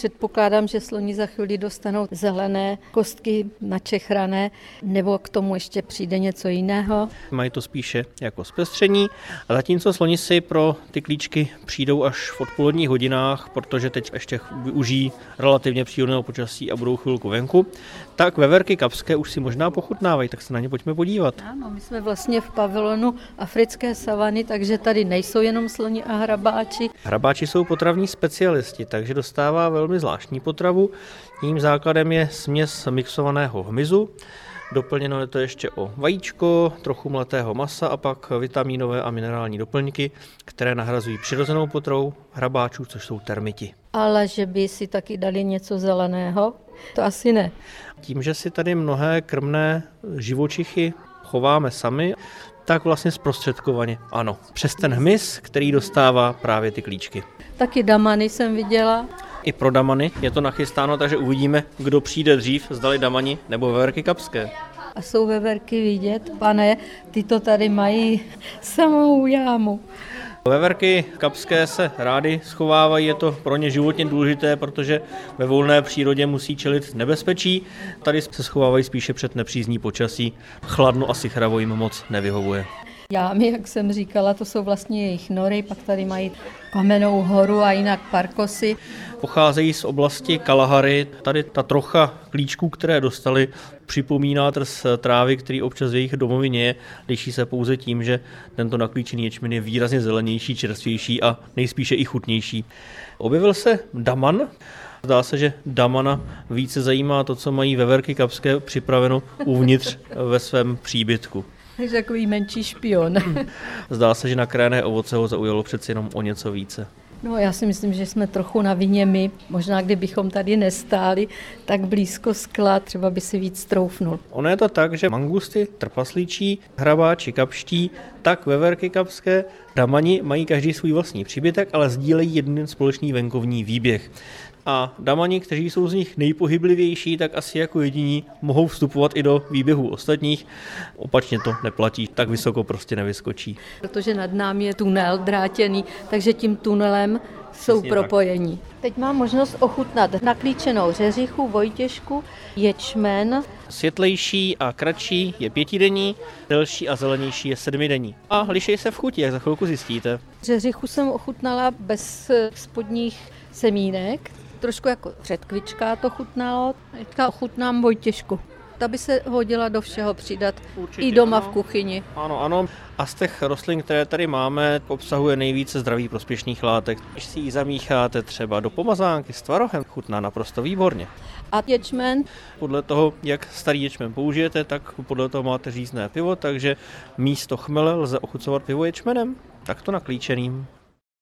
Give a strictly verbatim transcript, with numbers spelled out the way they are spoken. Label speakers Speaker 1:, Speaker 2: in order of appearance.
Speaker 1: Předpokládám, že sloni za chvíli dostanou zelené kostky načechrané, nebo k tomu ještě přijde něco jiného.
Speaker 2: Mají to spíše jako zpestření, a zatímco sloni si pro ty klíčky přijdou až v odpoledních hodinách, protože teď ještě využijí relativně přírodného počasí a budou chvilku venku, tak veverky kapské už si možná pochutnávají, tak se na ně pojďme podívat.
Speaker 1: Ano, my jsme vlastně v pavilonu africké savany, takže tady nejsou jenom sloni a hrabáči.
Speaker 2: Hrabáči jsou potravní specialisti, takže dostává velmi zvláštní potravu. Jím základem je směs mixovaného hmyzu. Doplněno je to ještě o vajíčko, trochu mletého masa a pak vitamínové a minerální doplňky, které nahrazují přirozenou potravu hrabáčů, což jsou termiti.
Speaker 1: Ale že by si taky dali něco zeleného, to asi ne.
Speaker 2: Tím, že si tady mnohé krmné živočichy chováme sami, tak vlastně zprostředkovaně ano. Přes ten hmyz, který dostává právě ty klíčky.
Speaker 1: Taky damany jsem viděla.
Speaker 2: I pro damany je to nachystáno, takže uvidíme, kdo přijde dřív, zdali damani nebo veverky kapské.
Speaker 1: A jsou veverky vidět, pane, ty to tady mají samou jámu.
Speaker 2: Veverky kapské se rády schovávají, je to pro ně životně důležité, protože ve volné přírodě musí čelit nebezpečí. Tady se schovávají spíše před nepřízní počasí. Chladno asi chravo jim moc nevyhovuje.
Speaker 1: Jámy, jak jsem říkala, to jsou vlastně jejich nory, pak tady mají kamennou horu a jinak parkosy.
Speaker 2: Pocházejí z oblasti Kalahary. Tady ta trocha klíčků, které dostali, připomíná trs trávy, který občas v jejich domovině je. Liší se pouze tím, že tento naklíčený ječmen je výrazně zelenější, čerstvější a nejspíše i chutnější. Objevil se daman. Zdá se, že damana více zajímá to, co mají veverky kapské připraveno uvnitř ve svém příbytku.
Speaker 1: Takže takový menší špion.
Speaker 2: Zdá se, že nakrájené ovoce ho zaujalo přeci jenom o něco více.
Speaker 1: No, já si myslím, že jsme trochu na vině my. Možná, kdybychom tady nestáli tak blízko skla, třeba by si víc troufnul.
Speaker 2: Ono je to tak, že mangusty, trpaslíčí, hrabáči kapští, tak veverky kapské, damani mají každý svůj vlastní příbytek, ale sdílejí jeden společný venkovní výběh. A damani, kteří jsou z nich nejpohyblivější, tak asi jako jediní mohou vstupovat i do výběhů ostatních. Opačně to neplatí, tak vysoko prostě nevyskočí.
Speaker 1: Protože nad námi je tunel drátěný, takže tím tunelem jsou
Speaker 2: Přesně
Speaker 1: propojení. Tak. Teď mám možnost ochutnat naklíčenou řeřichu, vojtěšku, ječmen.
Speaker 2: Světlejší a kratší je pětidenní, delší a zelenější je sedmidenní. A liší se v chuti, jak za chvilku zjistíte.
Speaker 1: Řeřichu jsem ochutnala bez spodních semínek. Trošku jako předkvička to chutnalo. Teďka ochutnám vojtěšku. Ta by se hodila do všeho přidat. Určitě, i doma ano. V kuchyni.
Speaker 2: Ano, ano. A z těch rostlin, které tady máme, obsahuje nejvíce zdraví prospěšných látek. Když si ji zamícháte třeba do pomazánky s tvarohem, chutná naprosto výborně.
Speaker 1: A ječmen?
Speaker 2: Podle toho, jak starý ječmen použijete, tak podle toho máte řízné pivo, takže místo chmele lze ochucovat pivo ječmenem, takto naklíčeným.